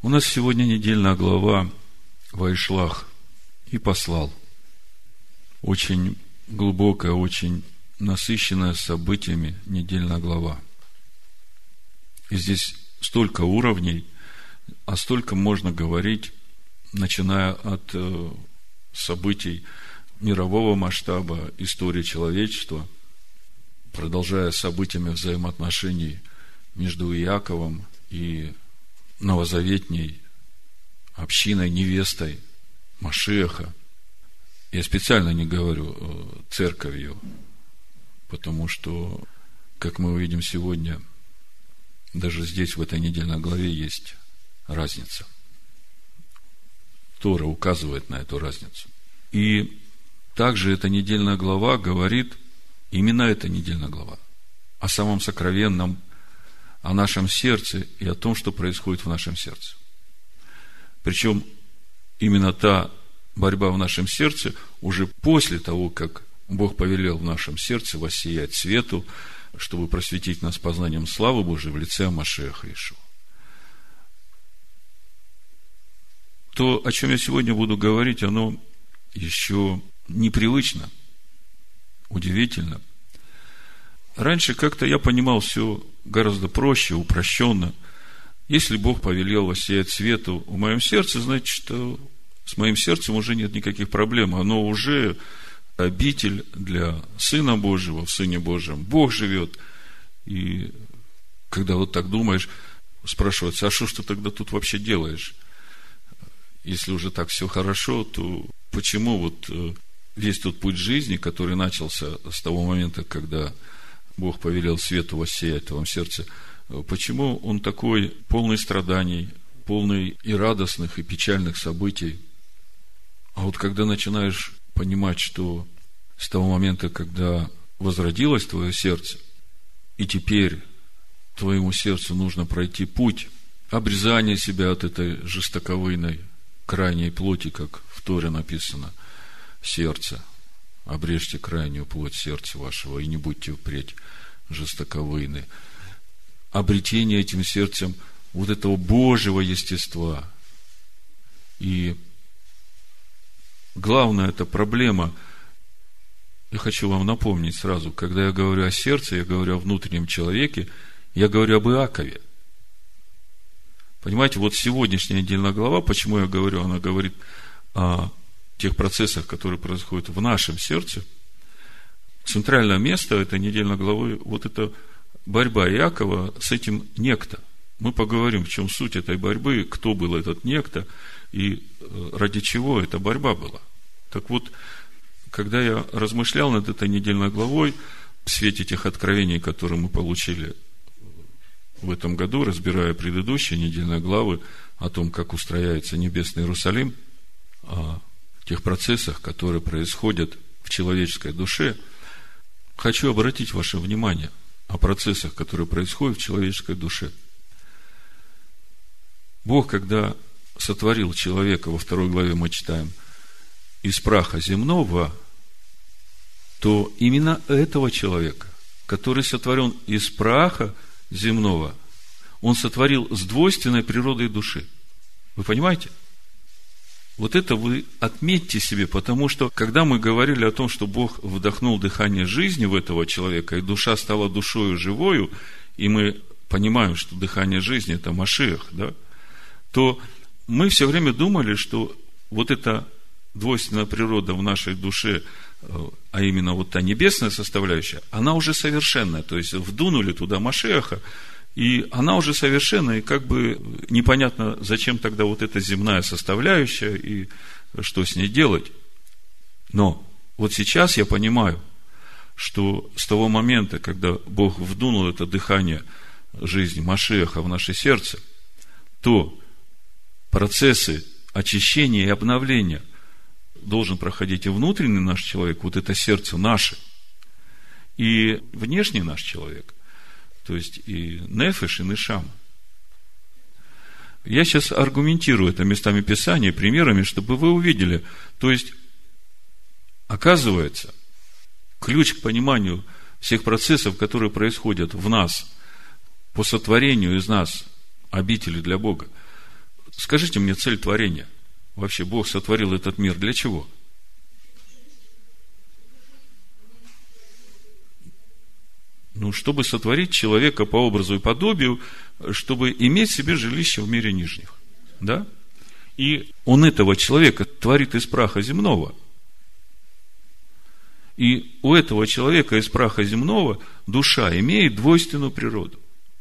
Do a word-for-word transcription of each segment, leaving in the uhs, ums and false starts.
У нас сегодня недельная глава Ваишлах и послал. Очень глубокая, очень насыщенная событиями недельная глава. И здесь столько уровней, а столько можно говорить, начиная от э, событий мирового масштаба, истории человечества, продолжая событиями взаимоотношений между Иаковом и новозаветней общиной, невестой Машиаха. Я специально не говорю церковью, потому что, как мы увидим сегодня, даже здесь, в этой недельной главе, есть разница. Тора указывает на эту разницу. И также эта недельная глава говорит, именно эта недельная глава, о самом сокровенном, о нашем сердце и о том, что происходит в нашем сердце. Причем именно та борьба в нашем сердце уже после того, как Бог повелел в нашем сердце воссиять свету, чтобы просветить нас познанием славы Божией в лице Машиаха Иешуа. То, о чем я сегодня буду говорить, оно еще непривычно, удивительно. Раньше как-то я понимал все гораздо проще, упрощенно. Если Бог повелел воссиять свету в моем сердце, значит, что с моим сердцем уже нет никаких проблем. Оно уже обитель для Сына Божьего, в Сыне Божьем. Бог живет. И когда вот так думаешь, спрашивается, а что ж ты тогда тут вообще делаешь? Если уже так все хорошо, то почему вот весь тот путь жизни, который начался с того момента, когда Бог повелел свету воссиять в твоем сердце, почему он такой полный страданий, полный и радостных, и печальных событий? А вот когда начинаешь понимать, что с того момента, когда возродилось твое сердце, и теперь твоему сердцу нужно пройти путь обрезания себя от этой жестоковыйной крайней плоти, как в Торе написано, сердце. Обрежьте крайнюю плоть сердца вашего, и не будьте впредь жестоковыйны. Обретение этим сердцем вот этого Божьего естества. И главная эта проблема, я хочу вам напомнить сразу, когда я говорю о сердце, я говорю о внутреннем человеке, я говорю об Иакове. Понимаете, вот сегодняшняя недельная глава, почему я говорю, она говорит о тех процессах, которые происходят в нашем сердце. Центральное место этой недельной главы, вот это борьба Иакова с этим некто. Мы поговорим, в чем суть этой борьбы, кто был этот некто и ради чего эта борьба была. Так вот, когда я размышлял над этой недельной главой, в свете тех откровений, которые мы получили в этом году, разбирая предыдущие недельные главы о том, как устрояется небесный Иерусалим, о тех процессах, которые происходят в человеческой душе, хочу обратить ваше внимание о процессах, которые происходят в человеческой душе. Бог, когда сотворил человека, во второй главе мы читаем, из праха земного, то именно этого человека, который сотворен из праха земного, Он сотворил с двойственной природой души. Вы понимаете? Вот это вы отметьте себе, потому что, когда мы говорили о том, что Бог вдохнул дыхание жизни в этого человека, и душа стала душою живою, и мы понимаем, что дыхание жизни – это Машиах, да, то мы все время думали, что вот эта двойственная природа в нашей душе, а именно вот та небесная составляющая, она уже совершенная, то есть вдунули туда Машиаха, и она уже совершенна, и как бы непонятно, зачем тогда вот эта земная составляющая, и что с ней делать. Но вот сейчас я понимаю, что с того момента, когда Бог вдунул это дыхание жизни Машиаха в наше сердце, то процессы очищения и обновления должен проходить и внутренний наш человек, вот это сердце наше, и внешний наш человек, то есть и нефеш, и нешама. Я сейчас аргументирую это местами Писания, примерами, чтобы вы увидели. То есть, оказывается, ключ к пониманию всех процессов, которые происходят в нас, по сотворению из нас обители для Бога, Скажите мне цель творения. Вообще Бог сотворил этот мир для чего? Ну, чтобы сотворить человека по образу и подобию, чтобы иметь себе жилище в мире нижних. Да? И он этого человека творит из праха земного. И у этого человека из праха земного душа имеет двойственную природу.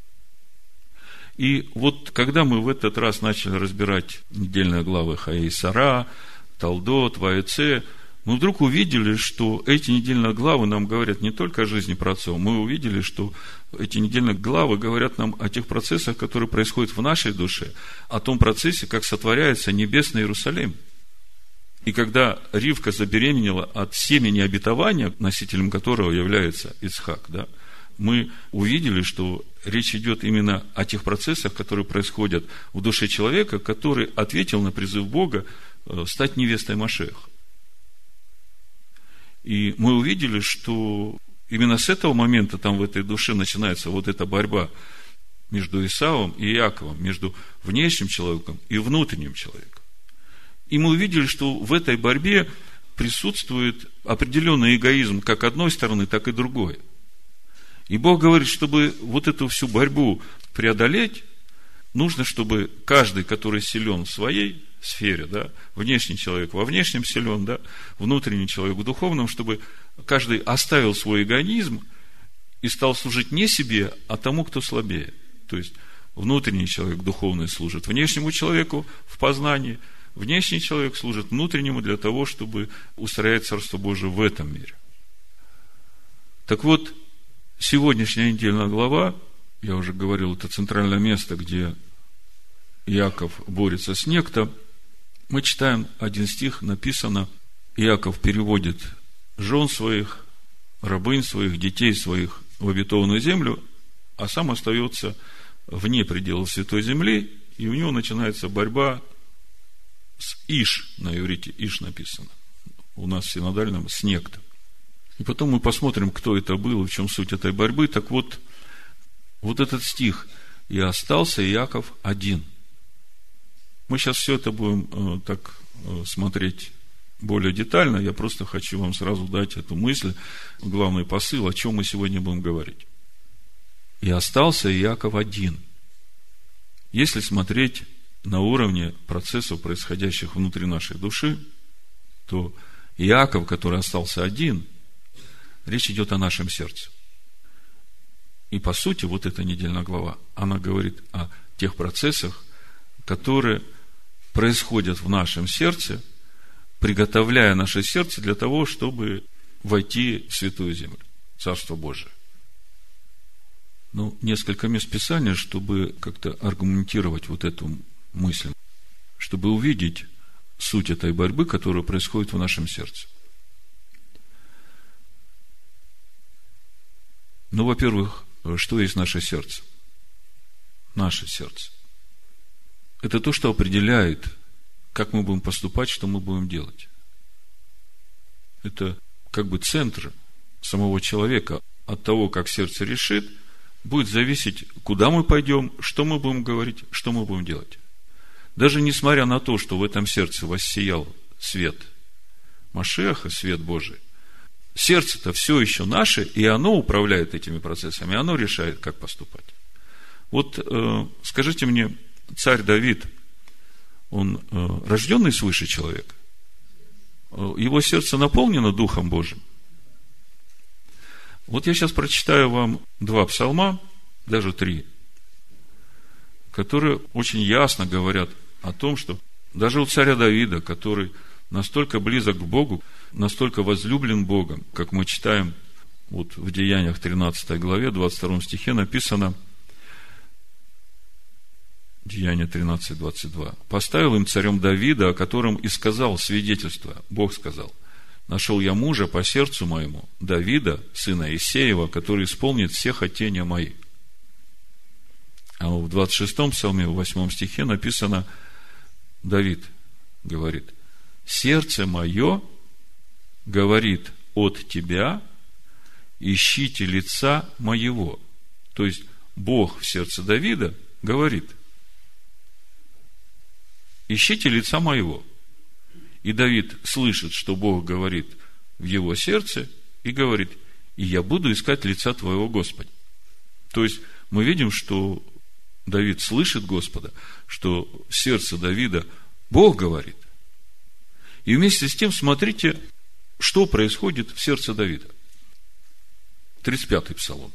И вот когда мы в этот раз начали разбирать недельные главы Хаэй Сара, Талдот, Ваэце, мы вдруг увидели, что эти недельные главы нам говорят не только о жизни праотцов, мы увидели, что эти недельные главы говорят нам о тех процессах, которые происходят в нашей душе, о том процессе, как сотворяется небесный Иерусалим. И когда Ривка забеременела от семени обетования, носителем которого является Ицхак, да, мы увидели, что речь идет именно о тех процессах, которые происходят в душе человека, который ответил на призыв Бога стать невестой Машиаха. И мы увидели, что именно с этого момента там в этой душе начинается вот эта борьба между Исавом и Иаковом, между внешним человеком и внутренним человеком. И мы увидели, что в этой борьбе присутствует определенный эгоизм как одной стороны, так и другой. И Бог говорит, чтобы вот эту всю борьбу преодолеть, нужно, чтобы каждый, который силен в своей сфере, да, внешний человек во внешнем силен, да, внутренний человек в духовном, чтобы каждый оставил свой эгоизм и стал служить не себе, а тому, кто слабее. То есть внутренний человек духовный служит внешнему человеку в познании, внешний человек служит внутреннему для того, чтобы устроять Царство Божие в этом мире. Так вот, сегодняшняя недельная глава, я уже говорил, это центральное место, где Иаков борется с некто. Мы читаем один стих, написано: Иаков переводит жен своих, рабынь своих, детей своих в обетованную землю, а сам остается вне пределов Святой Земли, и у него начинается борьба с Иш, на иврите Иш написано, у нас в синодальном с некто. И потом мы посмотрим, кто это был, в чем суть этой борьбы. Так вот, вот этот стих: «И остался Иаков один». Мы сейчас все это будем э, так э, смотреть более детально. Я просто хочу вам сразу дать эту мысль, главный посыл, о чем мы сегодня будем говорить. «И остался Иаков один». Если смотреть на уровне процессов, происходящих внутри нашей души, то Иаков, который остался один, речь идет о нашем сердце. И по сути, вот эта недельная глава, она говорит о тех процессах, которые происходят в нашем сердце, приготовляя наше сердце для того, чтобы войти в Святую Землю, Царство Божие. Ну, несколько мест Писания, чтобы как-то аргументировать вот эту мысль, чтобы увидеть суть этой борьбы, которая происходит в нашем сердце. Ну, во-первых, что есть наше сердце? Наше сердце. Это то, что определяет, как мы будем поступать, что мы будем делать. Это как бы центр самого человека. От того, как сердце решит, будет зависеть, куда мы пойдем, что мы будем говорить, что мы будем делать. Даже несмотря на то, что в этом сердце воссиял свет Машиаха, свет Божий, сердце-то все еще наше, и оно управляет этими процессами, оно решает, как поступать. Вот э, скажите мне, царь Давид, он э, рожденный свыше человек? Его сердце наполнено Духом Божьим? Вот я сейчас прочитаю вам два псалма, даже три, которые очень ясно говорят о том, что даже у царя Давида, который настолько близок к Богу, настолько возлюблен Богом, как мы читаем вот в Деяниях тринадцатой главе, двадцать втором стихе написано, Деяния тринадцать, двадцать два. «Поставил им царем Давида, о котором и сказал свидетельство». Бог сказал: «Нашел я мужа по сердцу моему, Давида, сына Иссеева, который исполнит все хотения мои». А в двадцать шестом псалме, в восьмом стихе написано, Давид говорит: «Сердце мое говорит от тебя, ищите лица моего». То есть Бог в сердце Давида говорит: ищите лица моего. И Давид слышит, что Бог говорит в его сердце, и говорит: и я буду искать лица твоего, Господи. То есть, мы видим, что Давид слышит Господа, что в сердце Давида Бог говорит. И вместе с тем, смотрите, что происходит в сердце Давида. тридцать пятый псалом,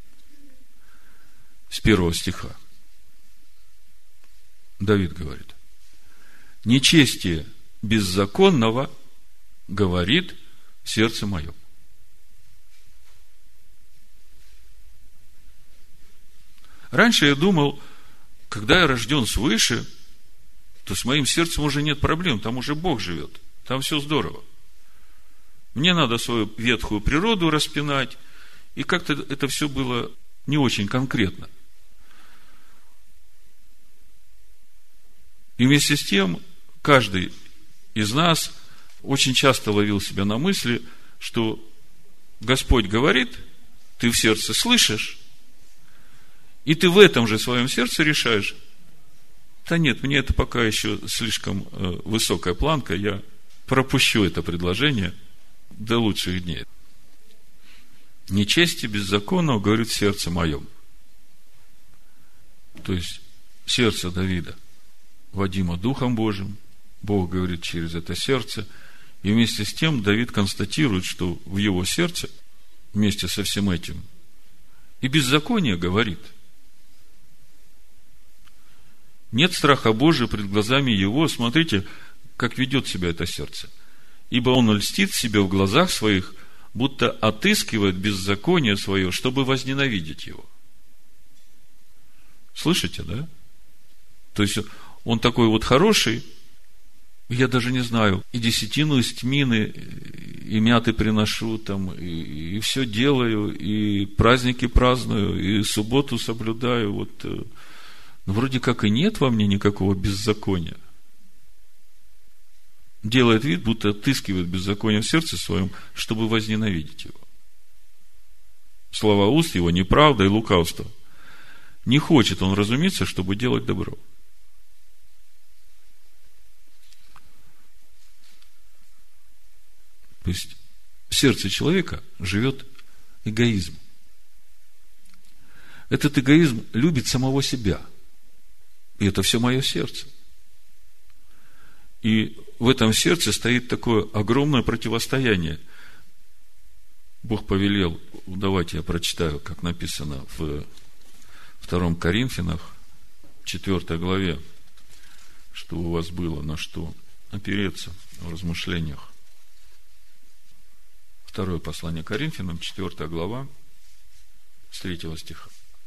с первого стиха. Давид говорит: нечестие беззаконного говорит в сердце моем. Раньше я думал, когда я рожден свыше, то с моим сердцем уже нет проблем, там уже Бог живет, там все здорово. Мне надо свою ветхую природу распинать, и как-то это все было не очень конкретно. И вместе с тем, каждый из нас очень часто ловил себя на мысли, что Господь говорит, ты в сердце слышишь, и ты в этом же своем сердце решаешь: да нет, мне это пока еще слишком высокая планка, я пропущу это предложение до лучших дней. Нечестие беззаконного говорит в сердце моем. То есть, сердце Давида водимо Духом Божьим, Бог говорит через это сердце, и вместе с тем Давид констатирует, что в его сердце, вместе со всем этим, и беззаконие говорит. Нет страха Божия пред глазами его. Смотрите, как ведет себя это сердце. Ибо он льстит себе в глазах своих, будто отыскивает беззаконие свое, чтобы возненавидеть его. Слышите, да? То есть, он такой вот хороший, я даже не знаю, и десятину из тмины, и мяты приношу, там, и, и все делаю, и праздники праздную, и субботу соблюдаю, вот. Но вроде как и нет во мне никакого беззакония. Делает вид, будто отыскивает беззаконие в сердце своем, чтобы возненавидеть его. Слова уст его неправда и лукавство. Не хочет он разумиться, чтобы делать добро. То есть в сердце человека живет эгоизм. Этот эгоизм любит самого себя. И это все мое сердце. И в этом сердце стоит такое огромное противостояние. Бог повелел, давайте я прочитаю, как написано в втором Коринфянах, четвёртой главе, что у вас было на что опереться в размышлениях. Второе послание Коринфянам, четвёртая глава, с третьего стиха.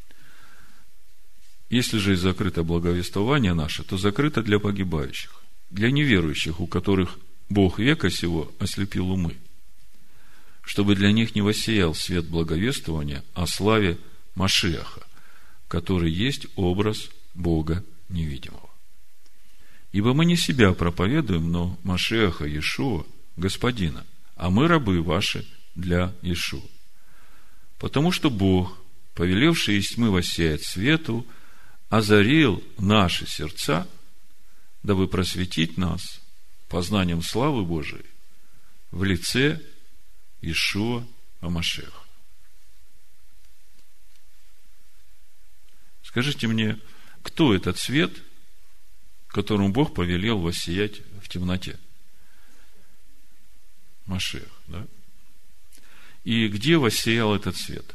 Если же и закрыто благовествование наше, то закрыто для погибающих, для неверующих, у которых Бог века сего ослепил умы, чтобы для них не воссиял свет благовествования о славе Машиаха, который есть образ Бога невидимого. Ибо мы не себя проповедуем, но Машиаха Иешуа, Господина, а мы рабы ваши для Иешуа. Потому что Бог, повелевший из тьмы воссеять свету, озарил наши сердца, дабы просветить нас познанием славы Божией в лице Иешуа ха-Машиаха. Скажите мне, кто этот свет, которому Бог повелел воссиять в темноте? Машиах, да? И где воссиял этот свет?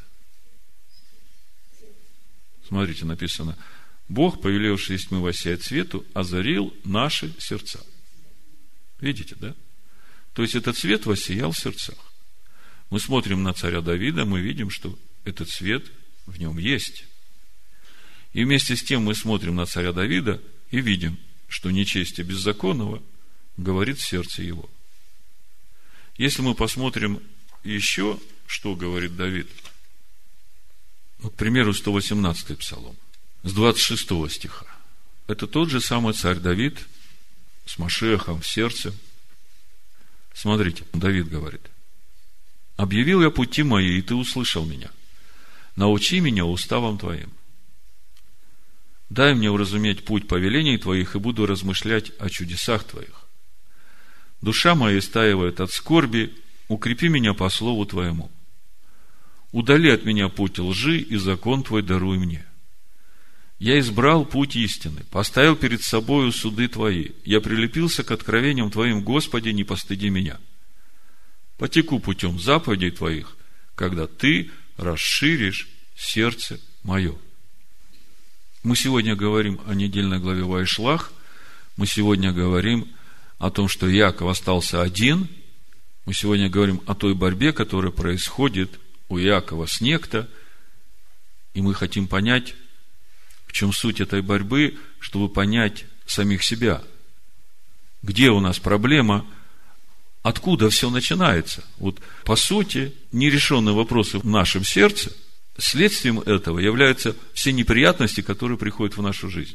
Смотрите, написано: Бог, повелевший из тьмы воссиять свету, озарил наши сердца. Видите, да? То есть, этот свет воссиял в сердцах. Мы смотрим на царя Давида, мы видим, что этот свет в нем есть. И вместе с тем мы смотрим на царя Давида и видим, что нечестие беззаконного говорит в сердце его. Если мы посмотрим еще, что говорит Давид, вот, к примеру, сто восемнадцатый псалом, с двадцать шестого стиха. Это тот же самый царь Давид с Машиахом в сердце. Смотрите, Давид говорит: объявил я пути мои, и ты услышал меня. Научи меня уставам твоим. Дай мне уразуметь путь повелений Твоих, и буду размышлять о чудесах Твоих. Душа моя истаивает от скорби, укрепи меня по слову Твоему. Удали от меня путь лжи, и закон Твой даруй мне. Я избрал путь истины, поставил перед собою суды Твои. Я прилепился к откровениям Твоим, Господи, не постыди меня. Потеку путем заповедей Твоих, когда Ты расширишь сердце мое. Мы сегодня говорим о недельной главе Ваишлах. Мы сегодня говорим о том, что Иаков остался один. Мы сегодня говорим о той борьбе, которая происходит у Иакова с некто. И мы хотим понять, в чем суть этой борьбы, чтобы понять самих себя. Где у нас проблема? Откуда все начинается? Вот, по сути, нерешенные вопросы в нашем сердце, следствием этого являются все неприятности, которые приходят в нашу жизнь.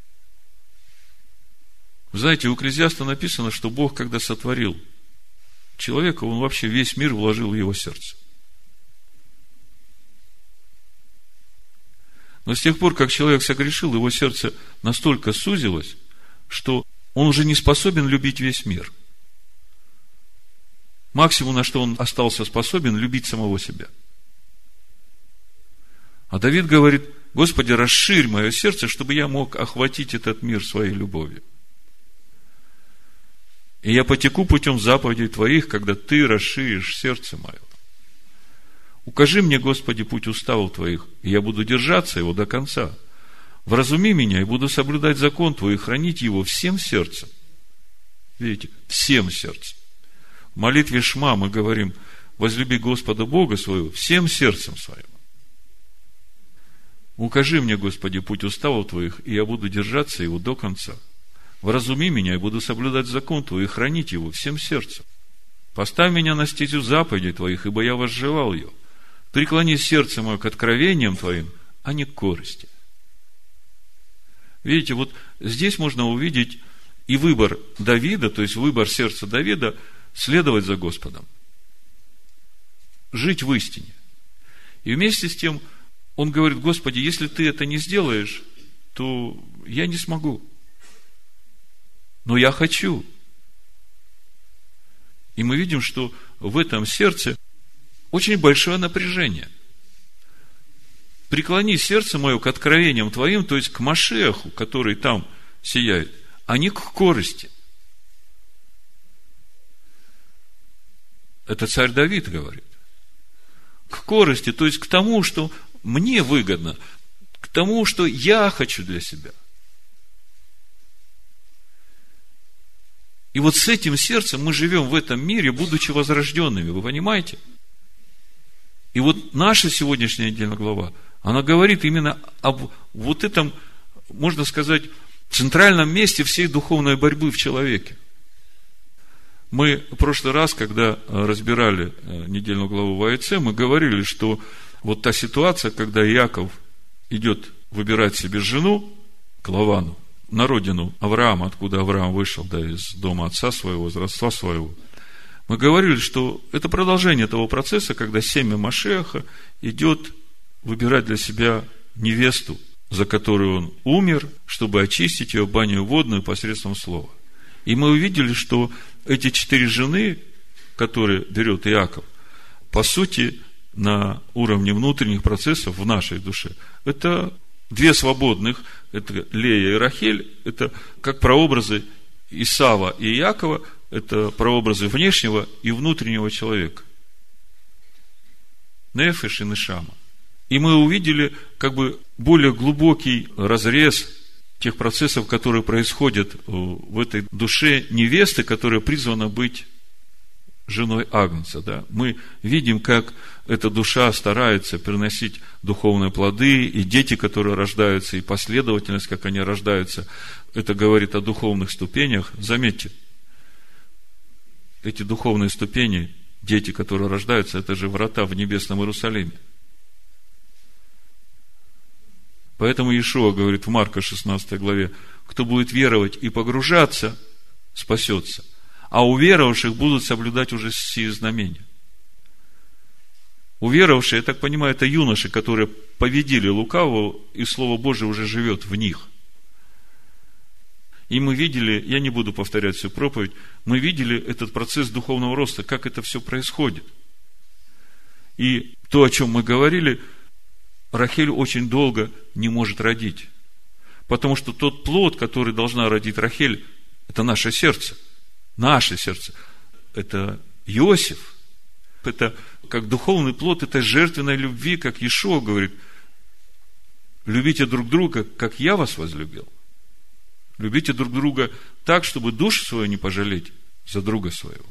Вы знаете, у Экклезиаста написано, что Бог, когда сотворил человека, Он вообще весь мир вложил в его сердце. Но с тех пор, как человек согрешил, его сердце настолько сузилось, что он уже не способен любить весь мир. Максимум, на что он остался способен, любить самого себя. А Давид говорит: Господи, расширь мое сердце, чтобы я мог охватить этот мир своей любовью. И я потеку путем заповедей Твоих, когда Ты расширишь сердце мое. Укажи мне, Господи, путь уставов Твоих, и я буду держаться его до конца. Вразуми меня, и буду соблюдать закон Твой, и хранить его всем сердцем. Видите, всем сердцем. В молитве Шма мы говорим: возлюби Господа Бога своего всем сердцем своим. Укажи мне, Господи, путь уставов Твоих, и я буду держаться его до конца. Вразуми меня, и буду соблюдать закон Твой, и хранить его всем сердцем. Поставь меня на стезю заповедей Твоих, ибо я возжелал ее. Преклони сердце мое к откровениям Твоим, а не к корысти. Видите, вот здесь можно увидеть и выбор Давида, то есть выбор сердца Давида, следовать за Господом, жить в истине. И вместе с тем он говорит: Господи, если Ты это не сделаешь, то я не смогу. Но я хочу. И мы видим, что в этом сердце очень большое напряжение. Преклони сердце мое к откровениям Твоим, то есть к Машиаху, который там сияет, а не к корысти. Это царь Давид говорит. К корысти, то есть к тому, что мне выгодно, к тому, что я хочу для себя. И вот с этим сердцем мы живем в этом мире, будучи возрожденными, вы понимаете? И вот наша сегодняшняя недельная глава, она говорит именно об вот этом, можно сказать, центральном месте всей духовной борьбы в человеке. Мы в прошлый раз, когда разбирали недельную главу ВаЕЦ, мы говорили, что вот та ситуация, когда Иаков идет выбирать себе жену, к Лавану, на родину Авраама, откуда Авраам вышел, да, из дома отца своего, из родства своего, мы говорили, что это продолжение того процесса, когда семя Машиаха идет выбирать для себя невесту, за которую он умер, чтобы очистить ее баню водную посредством слова. И мы увидели, что эти четыре жены, которые берет Иаков, по сути, на уровне внутренних процессов в нашей душе, это две свободных, это Лея и Рахель, это как прообразы Исава и Иакова, это прообразы внешнего и внутреннего человека. Нефеш и Нешама. И мы увидели как бы более глубокий разрез тех процессов, которые происходят в этой душе невесты, которая призвана быть женой Агнца. Да? Мы видим, как эта душа старается приносить духовные плоды, и дети, которые рождаются, и последовательность, как они рождаются, это говорит о духовных ступенях. Заметьте, эти духовные ступени, дети, которые рождаются, это же врата в небесном Иерусалиме. Поэтому Иешуа говорит в Марка шестнадцатой главе: кто будет веровать и погружаться, спасется, а у веровавших будут соблюдать уже сие знамения. Уверовавшие, я так понимаю, это юноши, которые победили лукавого, и Слово Божие уже живет в них. И мы видели, я не буду повторять всю проповедь, мы видели этот процесс духовного роста, как это все происходит. И то, о чем мы говорили, Рахель очень долго не может родить. Потому что тот плод, который должна родить Рахель, это наше сердце. Наше сердце. Это Иосиф. Это как духовный плод этой жертвенной любви, как Иешуа говорит, любите друг друга, как я вас возлюбил. Любите друг друга так, чтобы душу свою не пожалеть за друга своего.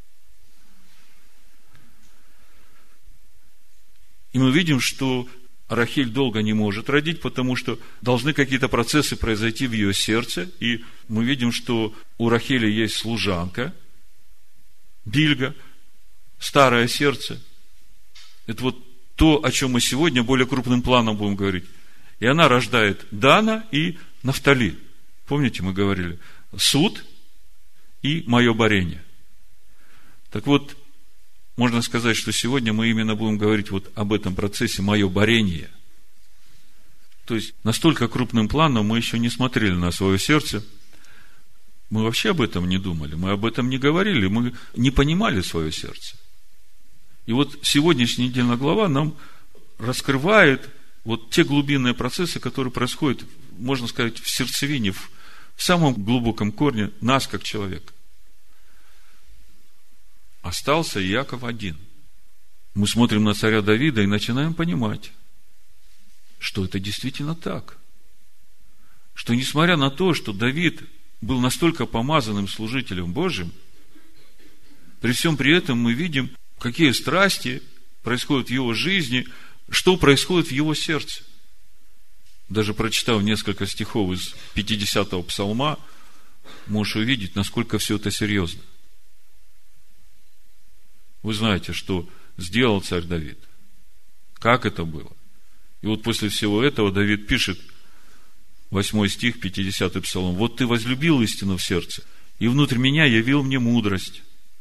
И мы видим, что Рахель долго не может родить, потому что должны какие-то процессы произойти в ее сердце. И мы видим, что у Рахели есть служанка, Бильга, старое сердце. Это вот то, о чем мы сегодня более крупным планом будем говорить. И она рождает Дана и Нафтали. Помните, мы говорили, суд и мое борение. Так вот, можно сказать, что сегодня мы именно будем говорить вот об этом процессе мое борение. То есть, настолько крупным планом мы еще не смотрели на свое сердце. Мы вообще об этом не думали, мы об этом не говорили, мы не понимали свое сердце. И вот сегодняшняя недельная глава нам раскрывает вот те глубинные процессы, которые происходят, можно сказать, в сердцевине, в, в самом глубоком корне нас, как человека. Остался Иаков один. Мы смотрим на царя Давида и начинаем понимать, что это действительно так. Что несмотря на то, что Давид был настолько помазанным служителем Божьим, при всем при этом мы видим, какие страсти происходят в его жизни, что происходит в его сердце. Даже прочитав несколько стихов из пятидесятого псалма, можешь увидеть, насколько все это серьезно. Вы знаете, что сделал царь Давид, как это было. И вот после всего этого Давид пишет, восьмой стих, пятидесятый псалом: «Вот ты возлюбил истину в сердце, и внутрь меня явил мне мудрость.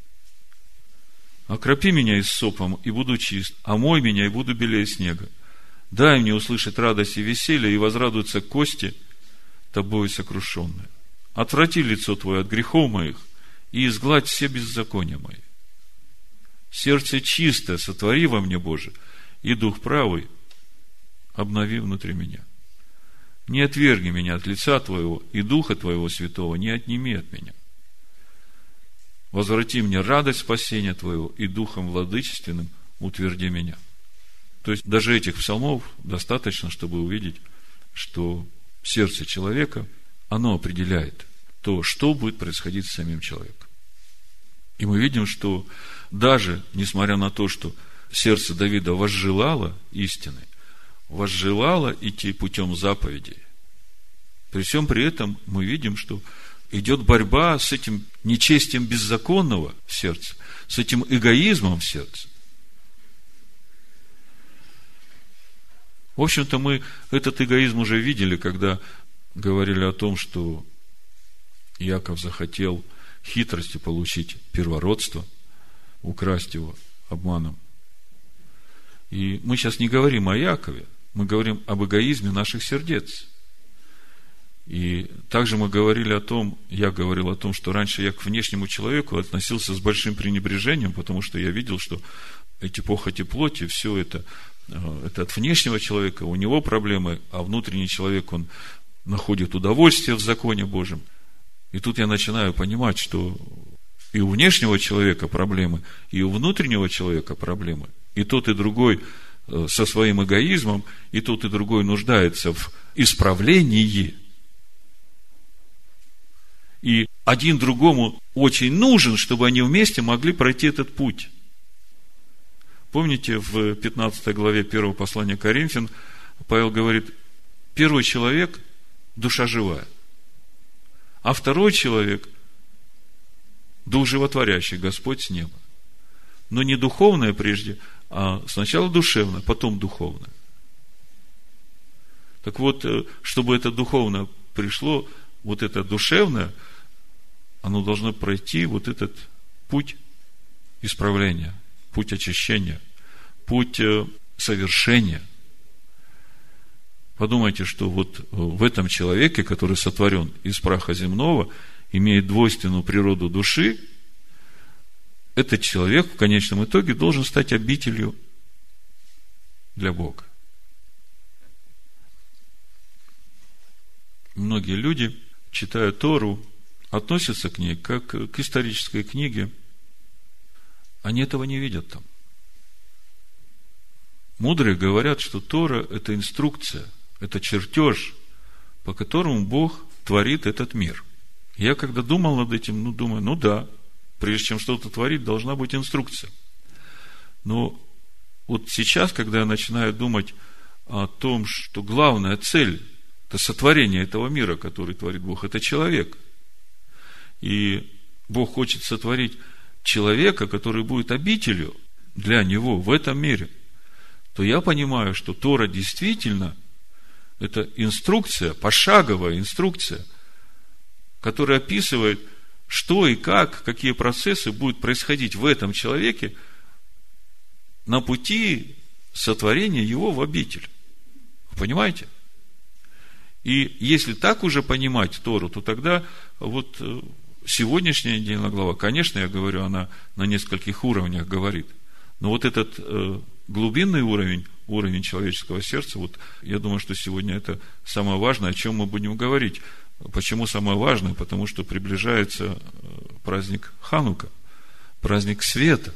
Окропи меня иссопом, и буду чист, омой меня, и буду белее снега. Дай мне услышать радость и веселье, и возрадуются кости тобою сокрушенные. Отврати лицо твое от грехов моих, и изгладь все беззакония мои. Сердце чистое сотвори во мне, Боже, и дух правый обнови внутри меня. Не отвергни меня от лица Твоего, и Духа Твоего Святого не отними от меня. Возврати мне радость спасения Твоего, и Духом владычественным утверди меня». То есть, даже этих псалмов достаточно, чтобы увидеть, что сердце человека, оно определяет то, что будет происходить с самим человеком. И мы видим, что даже несмотря на то, что сердце Давида возжелало истины, возжелало идти путем заповедей, при всем при этом мы видим, что идет борьба с этим нечестием беззаконного в сердце, с этим эгоизмом в сердце. В общем-то, мы этот эгоизм уже видели, когда говорили о том, что Иаков захотел хитростью получить первородство, украсть его обманом. И мы сейчас не говорим о Иакове, мы говорим об эгоизме наших сердец. И также мы говорили о том, я говорил о том, что раньше я к внешнему человеку относился с большим пренебрежением, потому что я видел, что эти похоти плоти, все это, это от внешнего человека, у него проблемы, а внутренний человек, он находит удовольствие в законе Божьем. И тут я начинаю понимать, что и у внешнего человека проблемы, и у внутреннего человека проблемы. И тот, и другой со своим эгоизмом, и тот, и другой нуждается в исправлении. И один другому очень нужен, чтобы они вместе могли пройти этот путь. Помните, в пятнадцатой главе первого послания Коринфян Павел говорит: первый человек – душа живая, а второй человек – дух животворящий, Господь с неба. Но не духовное прежде, а сначала душевное, потом духовное. Так вот, чтобы это духовное пришло, вот это душевное, оно должно пройти вот этот путь исправления, путь очищения, путь совершения. Подумайте, что вот в этом человеке, который сотворен из праха земного, имеет двойственную природу души, этот человек в конечном итоге должен стать обителью для Бога. Многие люди, читая Тору, относятся к ней как к исторической книге. Они этого не видят там. Мудрые говорят, что Тора – это инструкция, это чертеж, по которому Бог творит этот мир. Я когда думал над этим, ну, думаю, ну да, прежде чем что-то творить, должна быть инструкция. Но вот сейчас, когда я начинаю думать о том, что главная цель – это сотворение этого мира, который творит Бог, это человек. И Бог хочет сотворить человека, который будет обителью для него в этом мире, то я понимаю, что Тора действительно это инструкция, пошаговая инструкция, которая описывает, что и как, какие процессы будут происходить в этом человеке на пути сотворения его в обитель. Вы понимаете? И если так уже понимать Тору, то тогда вот сегодняшняя недельная глава, конечно, я говорю, она на нескольких уровнях говорит. Но вот этот э, глубинный уровень, уровень человеческого сердца, вот я думаю, что сегодня это самое важное, о чем мы будем говорить. Почему самое важное? Потому что приближается праздник Ханука, праздник света.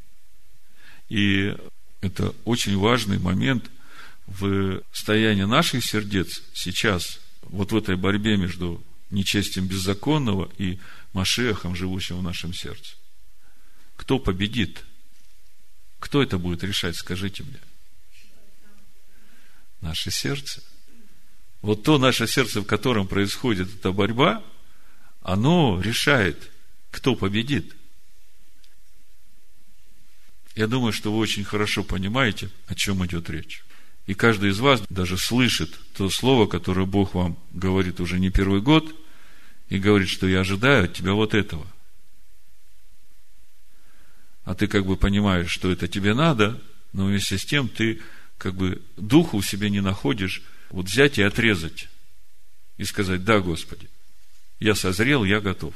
И это очень важный момент в состоянии наших сердец сейчас, вот в этой борьбе между нечестием беззаконного и Машиахом, живущим в нашем сердце. Кто победит? Кто это будет решать, скажите мне? Наше сердце. Вот то наше сердце, в котором происходит эта борьба, оно решает, кто победит. Я думаю, что вы очень хорошо понимаете, о чем идет речь. И каждый из вас даже слышит то слово, которое Бог вам говорит уже не первый год, и говорит, что я ожидаю от тебя вот этого. А ты как бы понимаешь, что это тебе надо, но вместе с тем ты как бы духу в себе не находишь вот взять и отрезать и сказать: да, Господи, я созрел, я готов.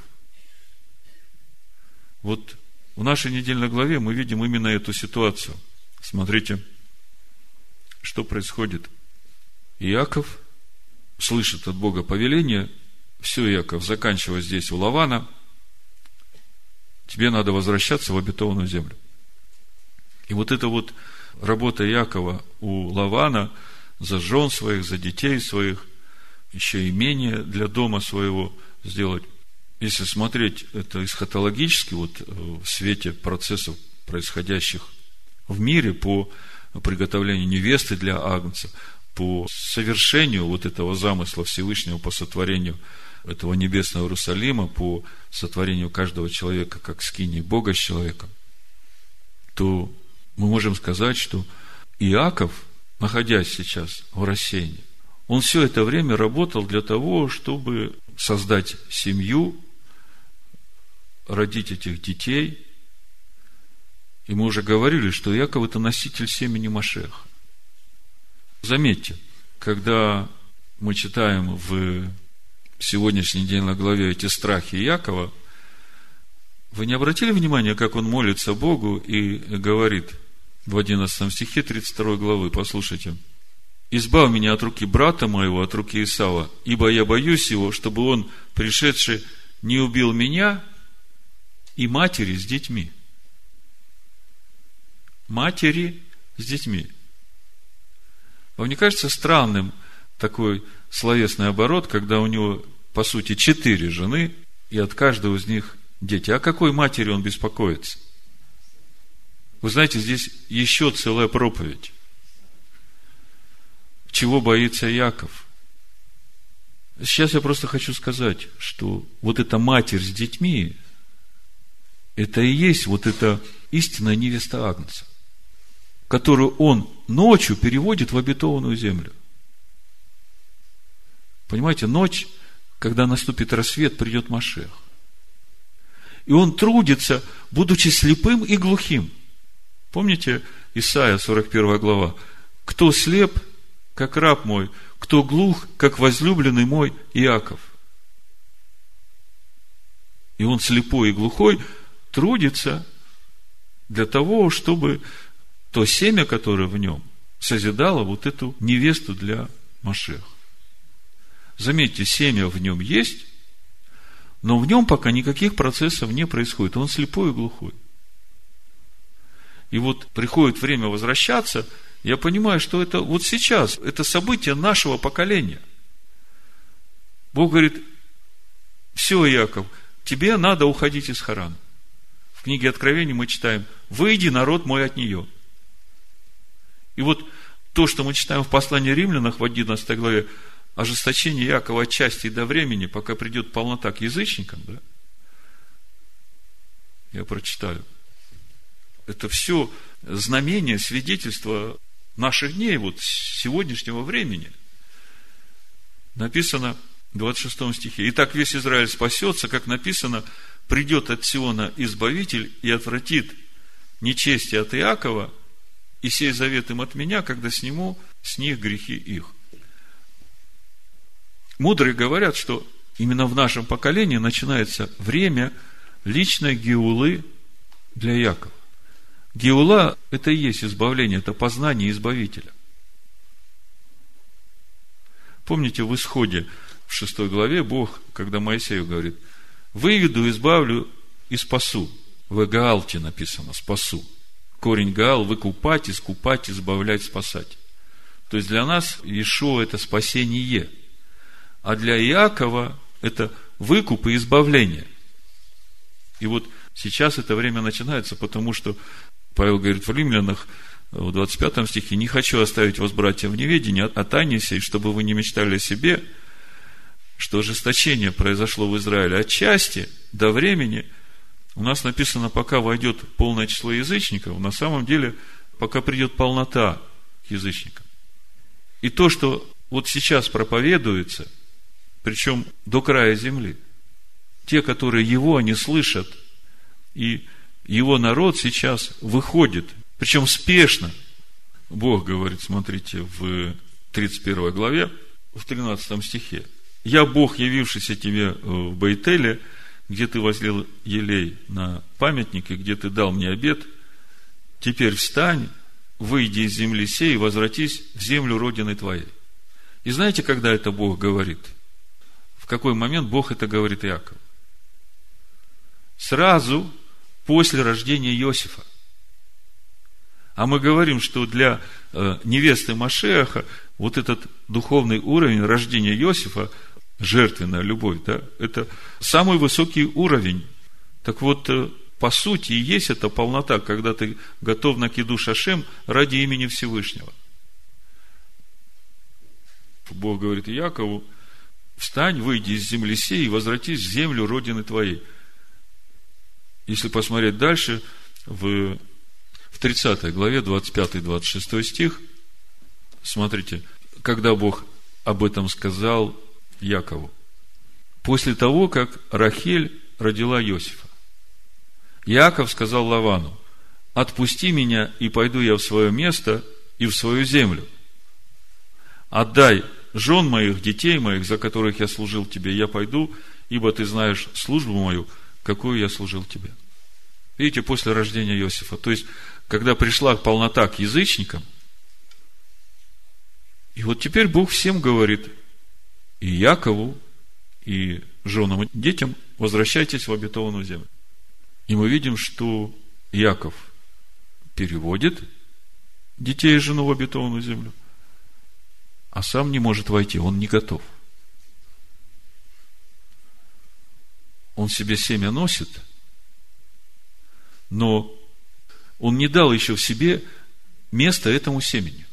Вот в нашей недельной главе мы видим именно эту ситуацию. Смотрите, что происходит. Иаков слышит от Бога повеление: все, Иаков, заканчивай здесь у Лавана, тебе надо возвращаться в обетованную землю. И вот эта вот работа Иакова у Лавана за жен своих, за детей своих, еще имение для дома своего сделать. Если смотреть это эсхатологически, вот в свете процессов, происходящих в мире по приготовлению невесты для Агнца, по совершению вот этого замысла Всевышнего, по сотворению этого небесного Иерусалима, по сотворению каждого человека как скинии Бога с человеком, то мы можем сказать, что Иаков, находясь сейчас в рассеянии, он все это время работал для того, чтобы создать семью, родить этих детей. И мы уже говорили, что Иаков – это носитель семени Машиаха. Заметьте, когда мы читаем в сегодняшней недельной главе эти страхи Иакова, вы не обратили внимания, как он молится Богу и говорит в одиннадцатом стихе тридцать второй главы, послушайте: «Избавь меня от руки брата моего, от руки Исава, ибо я боюсь его, чтобы он, пришедший, не убил меня и матери с детьми». Матери с детьми. Вам не кажется странным такой словесный оборот, когда у него, по сути, четыре жены, и от каждого из них дети? О какой матери он беспокоится? Вы знаете, здесь еще целая проповедь. Чего боится Иаков? Сейчас я просто хочу сказать, что вот эта матерь с детьми, это и есть вот эта истинная невеста Агнца, которую он ночью переводит в обетованную землю. Понимаете, ночь, когда наступит рассвет, придет Машиах. И он трудится, будучи слепым и глухим. Помните Исайя, сорок первая глава. Кто слеп, как раб мой, кто глух, как возлюбленный мой Иаков. И он слепой и глухой трудится для того, чтобы то семя, которое в нем, созидало вот эту невесту для Машиаха. Заметьте, семя в нем есть, но в нем пока никаких процессов не происходит. Он слепой и глухой. И вот приходит время возвращаться, я понимаю, что это вот сейчас, это событие нашего поколения. Бог говорит: все, Иаков, тебе надо уходить из Харана. В книге Откровения мы читаем: выйди, народ мой, от нее. И вот то, что мы читаем в послании Римлянах в одиннадцатой главе, ожесточение Иакова от части и до времени, пока придет полнота к язычникам, да? Я прочитаю. Это все знамение, свидетельство наших дней, вот сегодняшнего времени. Написано в двадцать шестом стихе: «Итак, весь Израиль спасется, как написано, придет от Сиона Избавитель и отвратит нечестие от Иакова, и сей завет им от меня, когда сниму с них грехи их». Мудрые говорят, что именно в нашем поколении начинается время личной геулы для Иакова. Геула – это и есть избавление, это познание Избавителя. Помните, в Исходе, в шестой главе, Бог, когда Моисею говорит: «Выведу, избавлю и спасу». В Гаалте написано «спасу». Корень Гаал – выкупать, искупать, избавлять, спасать. То есть для нас Иешуа – это спасение. А для Иакова это выкуп и избавление. И вот сейчас это время начинается, потому что Павел говорит в Римлянах, в двадцать пятом стихе: «Не хочу оставить вас, братья, в неведении о тайне сей, чтобы вы не мечтали о себе, что ожесточение произошло в Израиле от части до времени». У нас написано: пока войдет полное число язычников, на самом деле, пока придет полнота к язычникам. И то, что вот сейчас проповедуется, причем до края земли, те, которые его не слышат, и его народ сейчас выходит, причем спешно. Бог говорит, смотрите, в тридцать первой главе, в тринадцатом стихе: «Я Бог, явившийся тебе в Бейтеле, где ты возлил елей на памятник, и где ты дал мне обет. Теперь встань, выйди из земли сей и возвратись в землю родины твоей». И знаете, когда это Бог говорит? В какой момент Бог это говорит Иакову? Сразу после рождения Иосифа. А мы говорим, что для э, невесты Машиаха вот этот духовный уровень рождения Иосифа, жертвенная любовь, да, это самый высокий уровень. Так вот, э, по сути, и есть эта полнота, когда ты готов на кидуш Ашем ради имени Всевышнего. Бог говорит Иакову: встань, выйди из земли сей и возвратись в землю родины твоей. Если посмотреть дальше, в, в тридцатой главе, двадцать пятый двадцать шестой стих, смотрите, когда Бог об этом сказал Якову. После того, как Рахель родила Иосифа, Иаков сказал Лавану: «Отпусти меня, и пойду я в свое место и в свою землю. Отдай жен моих, детей моих, за которых я служил тебе, я пойду, ибо ты знаешь службу мою, какую я служил тебе». Видите, после рождения Иосифа, то есть, когда пришла полнота к язычникам, и вот теперь Бог всем говорит, и Якову, и женам, и детям: возвращайтесь в обетованную землю. И мы видим, что Яков переводит детей и жену в обетованную землю, а сам не может войти, он не готов. Он в себе семя носит, но он не дал еще в себе место этому семени.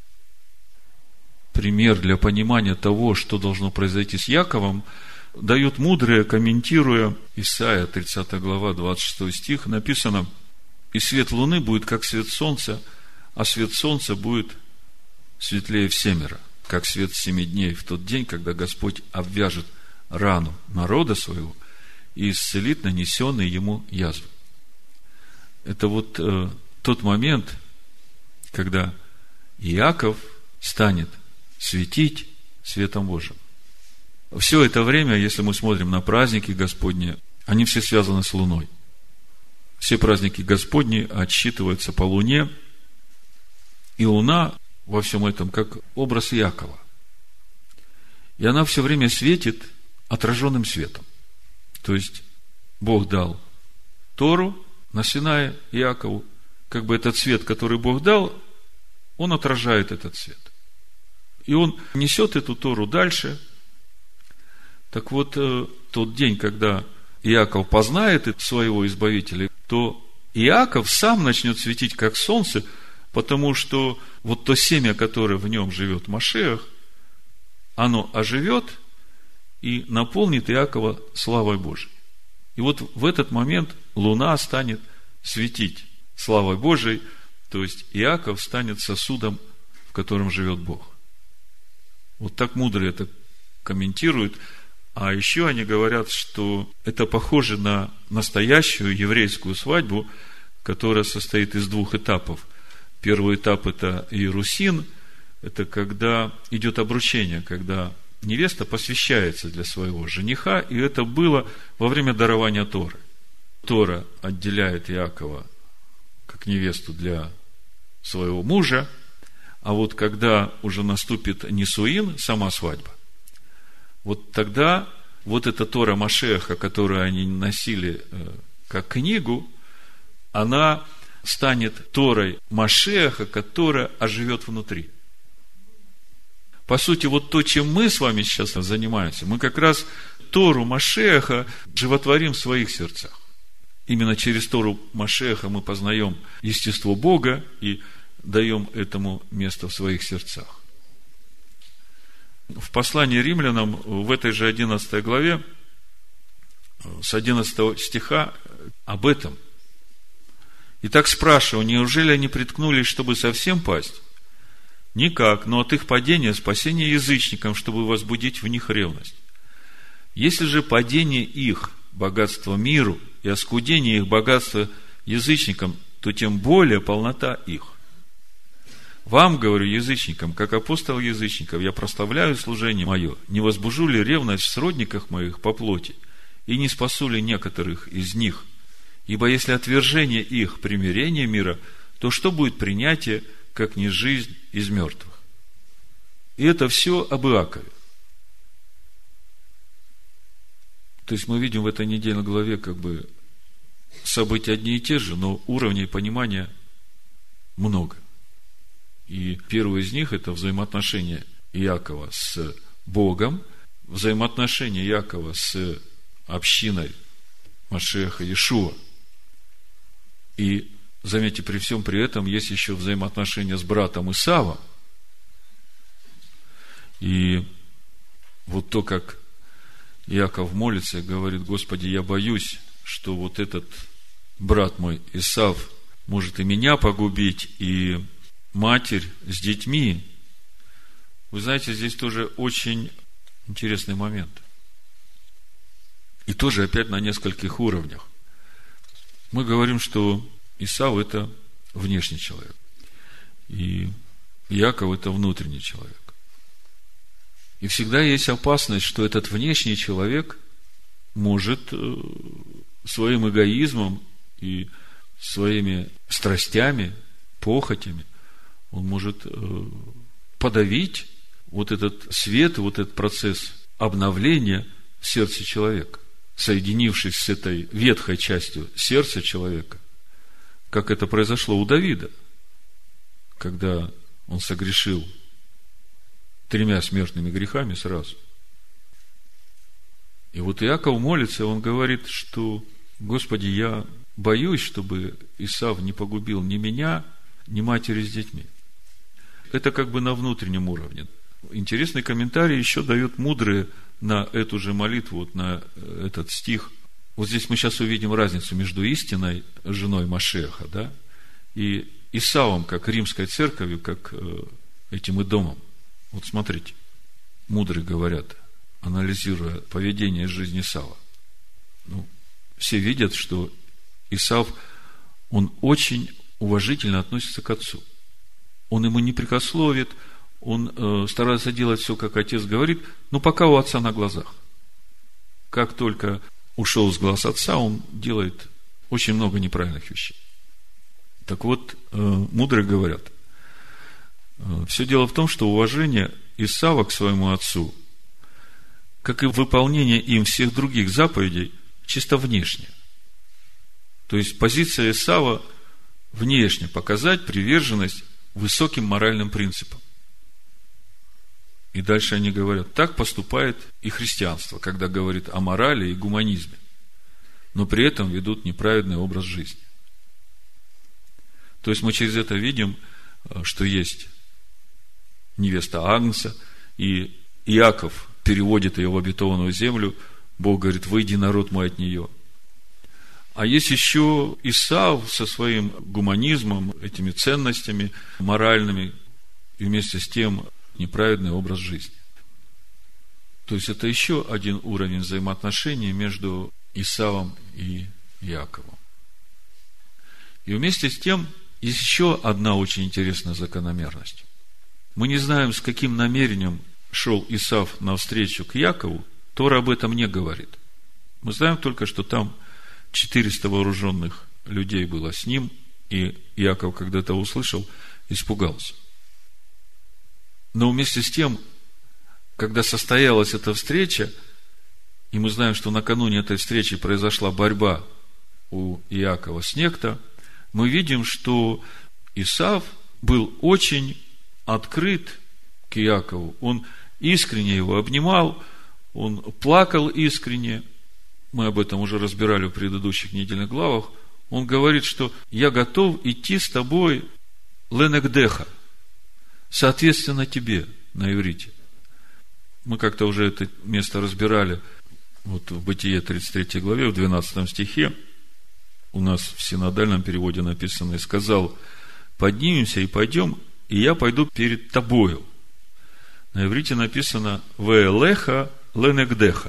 Пример для понимания того, что должно произойти с Яковом, дают мудрые, комментируя Исайя, тридцатая глава, двадцать шестой стих, написано: «И свет луны будет, как свет солнца, а свет солнца будет светлее всемеро, как свет семи дней в тот день, когда Господь обвяжет рану народа своего и исцелит нанесенные ему язвы». Это вот э, тот момент, когда Иаков станет светить светом Божьим. Все это время, если мы смотрим на праздники Господни, они все связаны с Луной. Все праздники Господни отсчитываются по Луне, и Луна во всем этом как образ Иакова. И она все время светит отраженным светом. То есть, Бог дал Тору на Синае Иакову, как бы этот свет, который Бог дал, он отражает этот свет. И он несет эту Тору дальше. Так вот, тот день, когда Иаков познает своего Избавителя, то Иаков сам начнет светить, как солнце, потому что вот то семя, которое в нем живет Машиах, оно оживет и наполнит Иакова славой Божией. И вот в этот момент Луна станет светить славой Божией, то есть Иаков станет сосудом, в котором живет Бог. Вот так мудрые это комментируют. А еще они говорят, что это похоже на настоящую еврейскую свадьбу, которая состоит из двух этапов. Первый этап – это Иерусин, это когда идет обручение, когда невеста посвящается для своего жениха, и это было во время дарования Торы. Тора отделяет Иакова как невесту для своего мужа, а вот когда уже наступит Нисуин, сама свадьба, вот тогда вот эта Тора Машиаха, которую они носили как книгу, она станет Торой Машиаха, которая оживет внутри. По сути, вот то, чем мы с вами сейчас занимаемся, мы как раз Тору Машиаха животворим в своих сердцах. Именно через Тору Машиаха мы познаем естество Бога и даем этому место в своих сердцах. В послании римлянам, в этой же одиннадцатой главе, с одиннадцатого стиха об этом. Итак, спрашиваю, неужели они приткнулись, чтобы совсем пасть? Никак, но от их падения спасение язычникам, чтобы возбудить в них ревность. Если же падение их богатство миру и оскудение их богатства язычникам, то тем более полнота их. Вам, говорю, язычникам, как апостол язычников, я прославляю служение мое, не возбужу ли ревность в сродниках моих по плоти, и не спасу ли некоторых из них? Ибо если отвержение их примирение мира, то что будет принятие, как не жизнь из мертвых? И это все об Иакове. То есть мы видим в этой недельной главе как бы события одни и те же, но уровней понимания много. И первый из них – это взаимоотношения Иакова с Богом, взаимоотношения Иакова с общиной Машиаха Иешуа. И, заметьте, при всем при этом есть еще взаимоотношения с братом Исавом. И вот то, как Иаков молится и говорит: Господи, я боюсь, что вот этот брат мой Исав может и меня погубить, и матерь с детьми. Вы знаете, здесь тоже очень интересный момент. И тоже опять на нескольких уровнях. Мы говорим, что Исав – это внешний человек, и Иаков – это внутренний человек. И всегда есть опасность, что этот внешний человек может своим эгоизмом и своими страстями, похотями, он может подавить вот этот свет, вот этот процесс обновления в сердце человека, соединившись с этой ветхой частью сердца человека, как это произошло у Давида, когда он согрешил тремя смертными грехами сразу. И вот Иаков молится, он говорит, что: Господи, я боюсь, чтобы Исав не погубил ни меня, ни матери с детьми. Это как бы на внутреннем уровне. Интересный комментарий еще дают мудрые на эту же молитву, вот на этот стих. Вот здесь мы сейчас увидим разницу между истинной женой Машиаха, да, и Исавом, как римской церковью, как этим Идомом. Вот смотрите, мудрые говорят, анализируя поведение жизни Исава. Ну, все видят, что Исав, он очень уважительно относится к отцу. он ему не прекословит, он э, старается делать все, как отец говорит, но пока у отца на глазах. Как только ушел с глаз отца, он делает очень много неправильных вещей. Так вот, э, мудрые говорят, э, все дело в том, что уважение Исава к своему отцу, как и выполнение им всех других заповедей, чисто внешне. То есть позиция Исава внешне показать приверженность высоким моральным принципам. И дальше они говорят, так поступает и христианство, когда говорит о морали и гуманизме, но при этом ведут неправедный образ жизни. То есть мы через это видим, что есть невеста Агнца, и Иаков переводит ее в обетованную землю, Бог говорит, выйди, народ мой, от нее. А есть еще Исав со своим гуманизмом, этими ценностями моральными, и вместе с тем неправедный образ жизни. То есть это еще один уровень взаимоотношений между Исавом и Иаковом. И вместе с тем есть еще одна очень интересная закономерность. Мы не знаем, с каким намерением шел Исав навстречу к Якову, Тора об этом не говорит. Мы знаем только, что там четыреста вооруженных людей было с ним, и Иаков, когда это услышал, испугался. Но вместе с тем, когда состоялась эта встреча, и мы знаем, что накануне этой встречи произошла борьба у Иакова с некто, мы видим, что Исав был очень открыт к Иакову. Он искренне его обнимал, он плакал искренне. Мы об этом уже разбирали в предыдущих недельных главах. Он говорит, что я готов идти с тобой ленегдеха, соответственно тебе, на иврите. Мы как-то уже это место разбирали вот в Бытие тридцать третьей главе, в двенадцатом стихе. У нас в синодальном переводе написано: и сказал, поднимемся и пойдем, и я пойду перед тобою. На иврите написано «Веэлеха ленегдеха».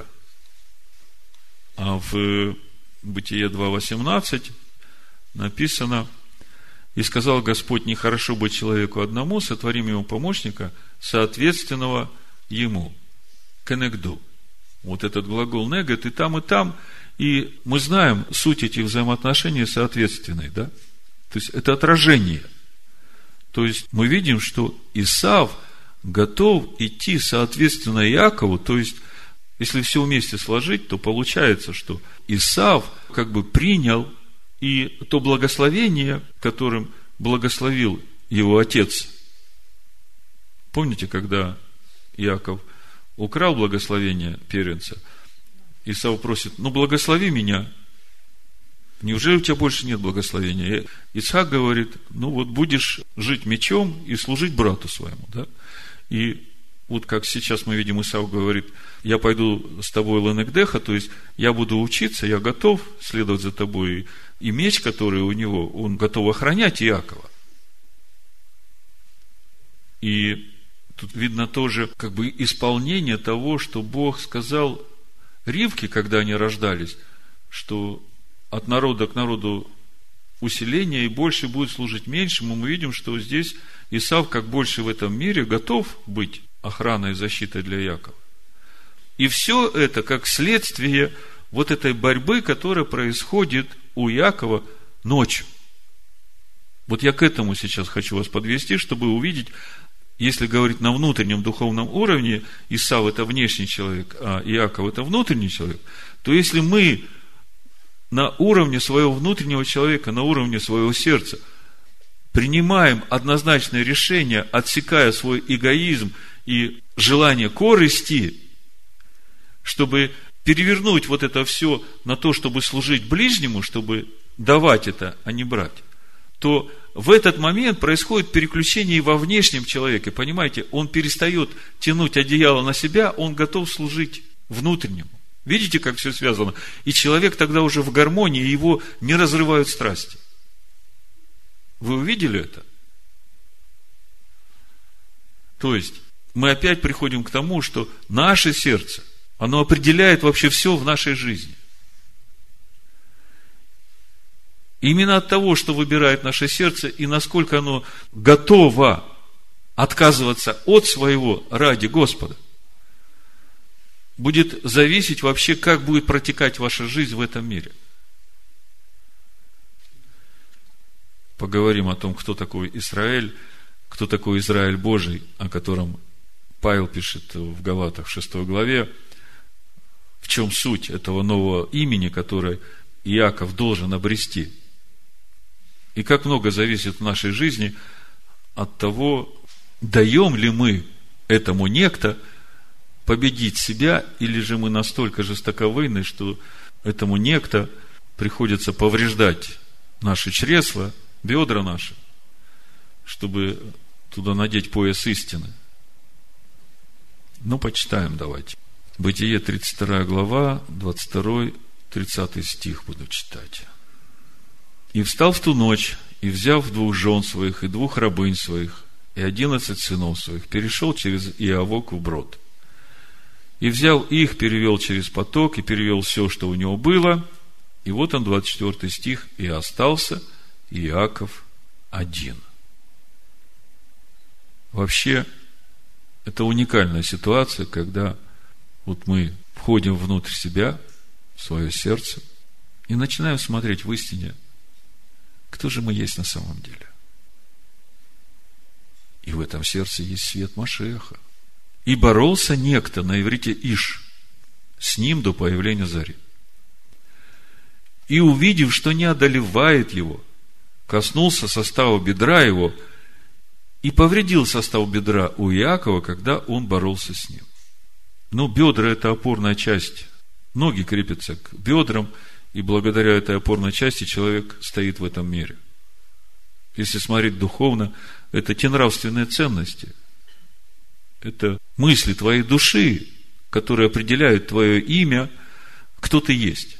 А в Бытие два восемнадцать написано: и сказал Господь, нехорошо быть человеку одному, сотворим ему помощника, соответственного ему. Кенегду. Вот этот глагол негет и там, и там. И мы знаем суть этих взаимоотношений соответственной, да? То есть это отражение. То есть мы видим, что Исав готов идти соответственно Иакову. То есть, если все вместе сложить, то получается, что Исав как бы принял и то благословение, которым благословил его отец. Помните, когда Иаков украл благословение первенца, Исав просит: ну благослови меня. Неужели у тебя больше нет благословения? Ицхак говорит: ну вот будешь жить мечом и служить брату своему, да? И вот как сейчас мы видим, Исав говорит: я пойду с тобой ленегдеха, то есть я буду учиться, я готов следовать за тобой. И меч, который у него, он готов охранять Иакова. И тут видно тоже как бы исполнение того, что Бог сказал Ривке, когда они рождались, что от народа к народу усиление, и больше будет служить меньшему. Мы видим, что здесь Исав, как больше в этом мире, готов быть охраной и защитой для Иакова. И все это как следствие вот этой борьбы, которая происходит у Иакова ночью. Вот я к этому сейчас хочу вас подвести, чтобы увидеть, если говорить на внутреннем духовном уровне, Исав – это внешний человек, а Иаков – это внутренний человек, то если мы на уровне своего внутреннего человека, на уровне своего сердца принимаем однозначное решение, отсекая свой эгоизм и желание корысти, чтобы перевернуть вот это все на то, чтобы служить ближнему, чтобы давать это, а не брать, то в этот момент происходит переключение и во внешнем человеке. Понимаете, он перестает тянуть одеяло на себя, он готов служить внутреннему. Видите, как все связано? И человек тогда уже в гармонии, его не разрывают страсти. Вы увидели это? То есть, мы опять приходим к тому, что наше сердце, оно определяет вообще все в нашей жизни. Именно от того, что выбирает наше сердце, и насколько оно готово отказываться от своего ради Господа, будет зависеть вообще, как будет протекать ваша жизнь в этом мире. Поговорим о том, кто такой Израиль, кто такой Израиль Божий, о котором Павел пишет в Галатах в шестой главе, в чем суть этого нового имени, которое Иаков должен обрести. И как много зависит в нашей жизни от того, даем ли мы этому некто победить себя, или же мы настолько жестоковыйны, что этому некто приходится повреждать наши чресла, бедра наши, чтобы туда надеть пояс истины. Ну, почитаем давайте. Бытие, тридцать вторая глава, двадцать второй, тридцатый стих буду читать. «И встал в ту ночь, и, взяв двух жен своих, и двух рабынь своих, и одиннадцать сынов своих, перешел через Иавок вброд. И взял их, перевел через поток, и перевел все, что у него было». И вот он, двадцать четвёртый стих. «И остался Иаков один». Вообще, это уникальная ситуация, когда вот мы входим внутрь себя, в свое сердце, и начинаем смотреть в истине, кто же мы есть на самом деле. И в этом сердце есть свет Машиаха. «И боролся некто», на иврите Иш, с ним до появления зари. «И, увидев, что не одолевает его, коснулся состава бедра его и повредил состав бедра у Иакова, когда он боролся с ним». Ну, бедра – это опорная часть. Ноги крепятся к бедрам, и благодаря этой опорной части человек стоит в этом мире. Если смотреть духовно, это те нравственные ценности. Это мысли твоей души, которые определяют твое имя, кто ты есть.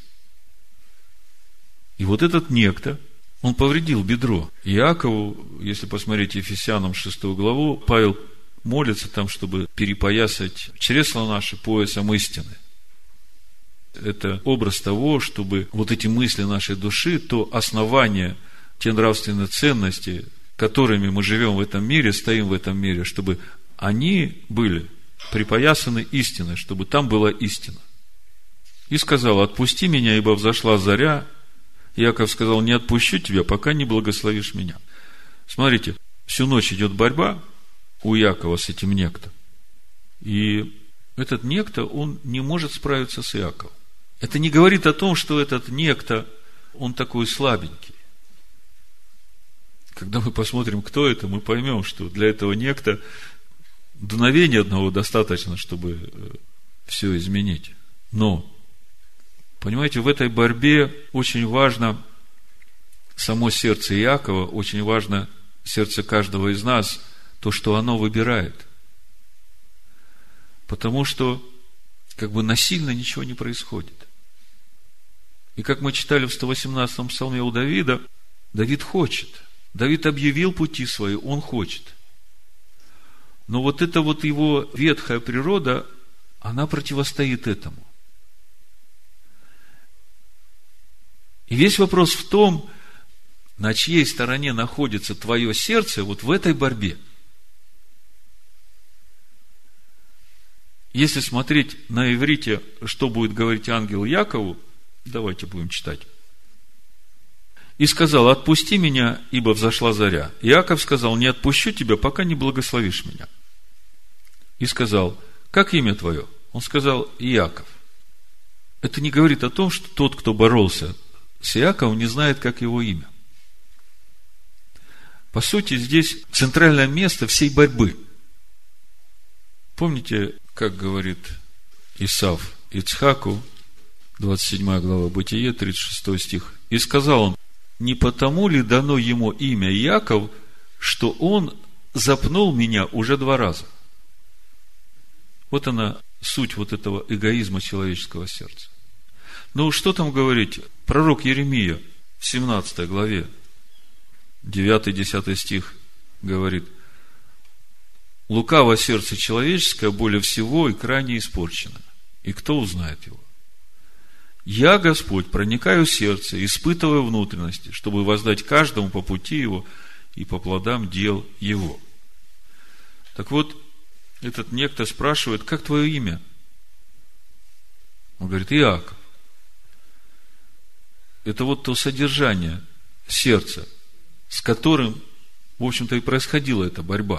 И вот этот некто, он повредил бедро. Иакову, если посмотреть Ефесянам шестую главу, Павел молится там, чтобы перепоясать чресла наши поясом истины. Это образ того, чтобы вот эти мысли нашей души, то основание, те нравственные ценности, которыми мы живем в этом мире, стоим в этом мире, чтобы они были припоясаны истиной, чтобы там была истина. И сказал: «Отпусти меня, ибо взошла заря». Иаков сказал: «Не отпущу тебя, пока не благословишь меня». Смотрите, всю ночь идет борьба у Иакова с этим некто. И этот некто, он не может справиться с Иаковом. Это не говорит о том, что этот некто, он такой слабенький. Когда мы посмотрим, кто это, мы поймем, что для этого некто дуновения одного достаточно, чтобы все изменить. Но, понимаете, в этой борьбе очень важно само сердце Иакова, очень важно сердце каждого из нас, то, что оно выбирает. Потому что как бы насильно ничего не происходит. И как мы читали в сто восемнадцатом псалме у Давида, Давид хочет. Давид объявил пути свои, он хочет. Но вот эта вот его ветхая природа, она противостоит этому. И весь вопрос в том, на чьей стороне находится твое сердце вот в этой борьбе. Если смотреть на иврите, что будет говорить ангел Якову, давайте будем читать. «И сказал: отпусти меня, ибо взошла заря. Иаков сказал: не отпущу тебя, пока не благословишь меня. И сказал: как имя твое? Он сказал: Иаков». Это не говорит о том, что тот, кто боролся с Иаковом, не знает, как его имя. По сути, здесь центральное место всей борьбы. Помните, как говорит Исав Ицхаку, двадцать седьмая глава Бытие, тридцать шестой стих. «И сказал он: не потому ли дано ему имя Иаков, что он запнул меня уже два раза?» Вот она, суть вот этого эгоизма человеческого сердца. Ну, что там говорить? Пророк Иеремия в семнадцатой главе, девятый-десятый стих говорит: «Лукаво сердце человеческое более всего и крайне испорчено, и кто узнает его? Я, Господь, проникаю в сердце, испытываю внутренности, чтобы воздать каждому по пути его и по плодам дел его. Так вот, этот некто спрашивает: как твое имя? Он говорит: Иаков. Это вот то содержание сердца, с которым, в общем-то, и происходила эта борьба.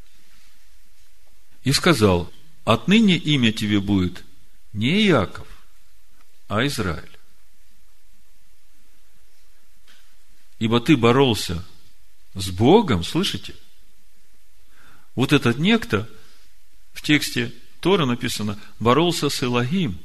И сказал: отныне имя тебе будет не Иаков, а Израиль. Ибо ты боролся с Богом, слышите? Вот этот некто, в тексте Торы написано, боролся с Элохим.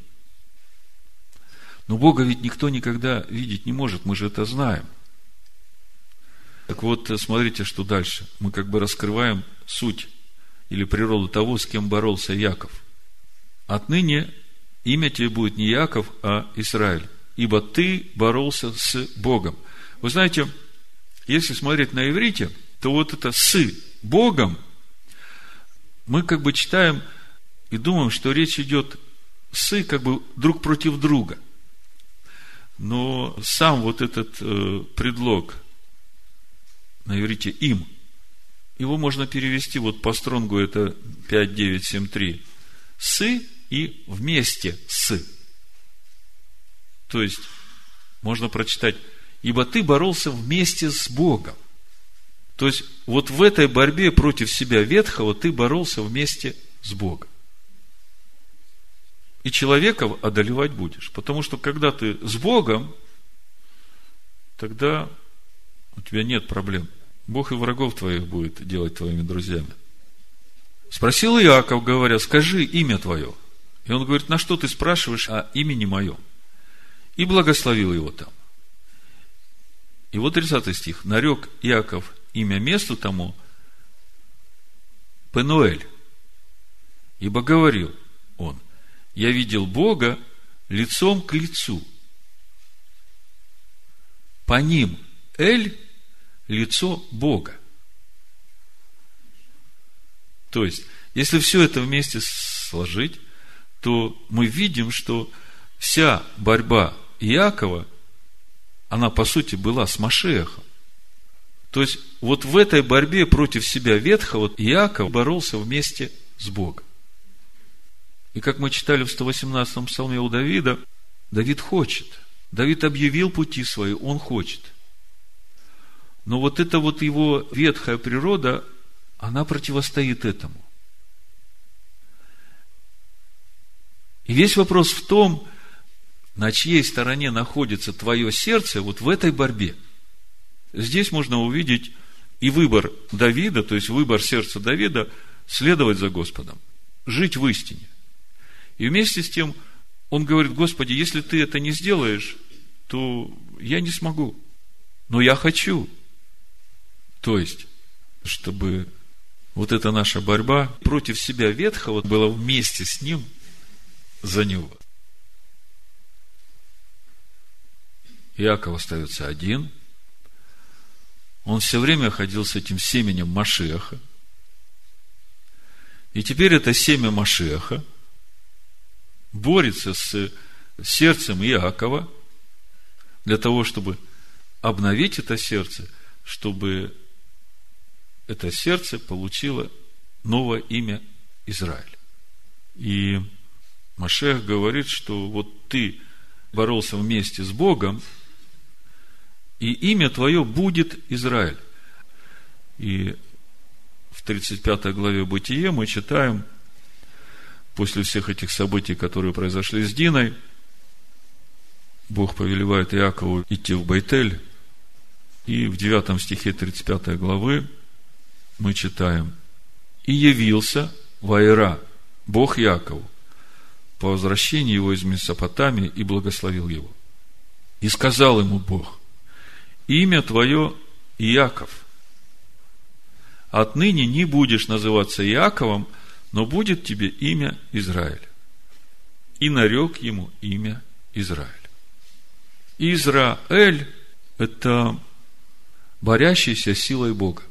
Но Бога ведь никто никогда видеть не может, мы же это знаем. Так вот, смотрите, что дальше. Мы как бы раскрываем суть или природу того, с кем боролся Иаков. Отныне имя тебе будет не Иаков, а Израиль, ибо ты боролся с Богом. Вы знаете, если смотреть на иврите, то вот это «с Богом» мы как бы читаем и думаем, что речь идет «с» как бы друг против друга. Но сам вот этот э, предлог на иврите «им», его можно перевести вот по стронгу, это пять девять семь три, «с» и «вместе с». То есть, можно прочитать: ибо ты боролся вместе с Богом. То есть, вот в этой борьбе против себя ветхого ты боролся вместе с Богом. И человеков одолевать будешь. Потому что, когда ты с Богом, тогда у тебя нет проблем. Бог и врагов твоих будет делать твоими друзьями. Спросил Иаков, говоря: скажи имя твое. И он говорит: на что ты спрашиваешь о имени моем? И благословил его там. И вот тридцатый стих. Нарек Иаков имя месту тому Пенуэль. Ибо говорил он: я видел Бога лицом к лицу. По ним Эль — лицо Бога. То есть, если все это вместе сложить, то мы видим, что вся борьба Иакова, она по сути была с Машиахом. То есть, вот в этой борьбе против себя ветхого Иаков боролся вместе с Богом. И как мы читали в сто восемнадцатом псалме у Давида, Давид хочет. Давид объявил пути свои, он хочет. Но вот эта вот его ветхая природа, она противостоит этому. И весь вопрос в том, на чьей стороне находится твое сердце вот в этой борьбе. Здесь можно увидеть и выбор Давида, то есть выбор сердца Давида, следовать за Господом, жить в истине. И вместе с тем он говорит: Господи, если ты это не сделаешь, то я не смогу. Но я хочу. То есть, чтобы вот эта наша борьба против себя ветхого была вместе с ним за него. Иаков остается один. Он все время ходил с этим семенем Машиаха. И теперь это семя Машиаха борется с сердцем Иакова для того, чтобы обновить это сердце, чтобы это сердце получило новое имя Израиль. И Машиах говорит, что вот ты боролся вместе с Богом, и имя твое будет Израиль. И в тридцать пятой главе Бытие мы читаем: после всех этих событий, которые произошли с Диной, Бог повелевает Иакову идти в Бейтель. И в девятом стихе тридцать пятой главы мы читаем: и явился Ваира, Бог Иакову, по возвращении его из Месопотамии, и благословил его. И сказал ему Бог: имя твое Иаков. Отныне не будешь называться Иаковом, но будет тебе имя Израиль. И нарек ему имя Израиль. Израиль – это борящийся силой Бога.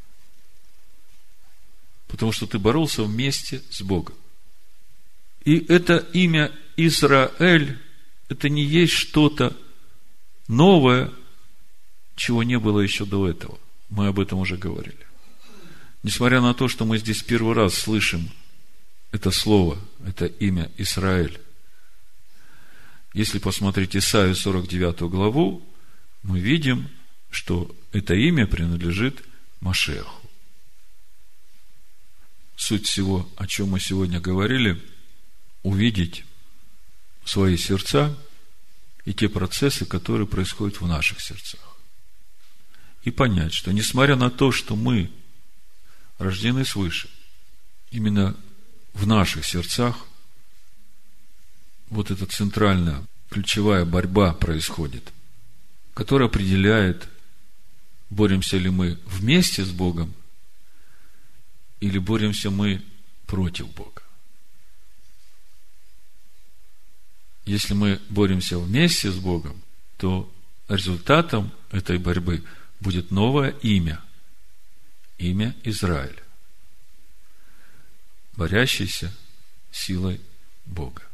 Потому что ты боролся вместе с Богом. И это имя Израиль – это не есть что-то новое, чего не было еще до этого. Мы об этом уже говорили. Несмотря на то, что мы здесь первый раз слышим это слово, это имя Израиль, если посмотреть Исаию сорок девятую главу, мы видим, что это имя принадлежит Машиаху. Суть всего, о чем мы сегодня говорили, увидеть свои сердца и те процессы, которые происходят в наших сердцах. И понять, что несмотря на то, что мы рождены свыше, именно в наших сердцах вот эта центральная, ключевая борьба происходит, которая определяет, боремся ли мы вместе с Богом или боремся мы против Бога. Если мы боремся вместе с Богом, то результатом этой борьбы будет новое имя. Имя Израиль, борящийся силой Бога.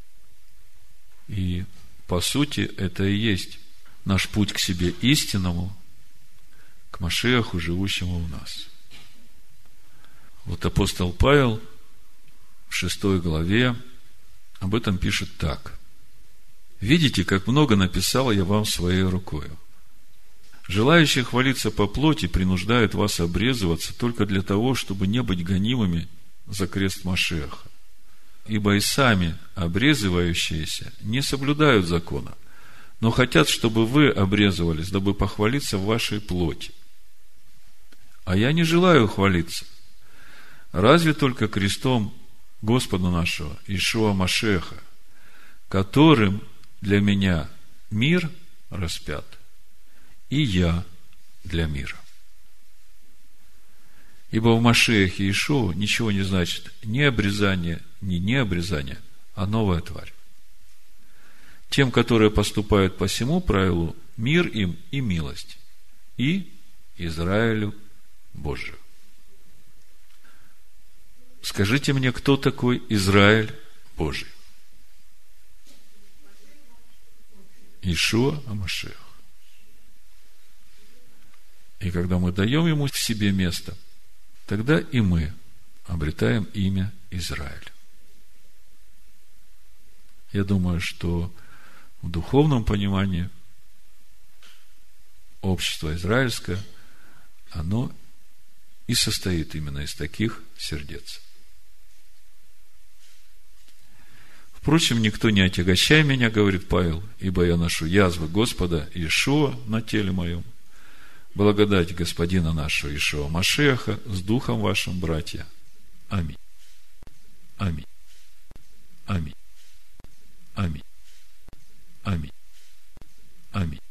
И по сути это и есть наш путь к себе истинному, к Машиаху, живущему в нас. Вот апостол Павел в шестой главе об этом пишет так: «Видите, как много написал я вам своей рукою. Желающие хвалиться по плоти принуждают вас обрезываться только для того, чтобы не быть гонимыми за крест Машиаха. Ибо и сами обрезывающиеся не соблюдают закона, но хотят, чтобы вы обрезывались, дабы похвалиться в вашей плоти. А я не желаю хвалиться, разве только крестом Господа нашего Иешуа Машиаха, которым для меня мир распят, и я для мира. Ибо в Машиахе Иешуа ничего не значит ни обрезание, ни необрезание, а новая тварь. Тем, которые поступают по сему правилу, мир им и милость, и Израилю Божию». Скажите мне, кто такой Израиль Божий? Иешуа ха-Машиах. И когда мы даем ему в себе место, тогда и мы обретаем имя Израиль. Я думаю, что в духовном понимании общество израильское, оно и состоит именно из таких сердец. Впрочем, никто не отягощай меня, говорит Павел, ибо я ношу язвы Господа Иешуа на теле моем. Благодать Господина нашего Иешуа Машиаха с духом вашим, братья. Аминь. Аминь. Аминь. Аминь. Аминь. Аминь.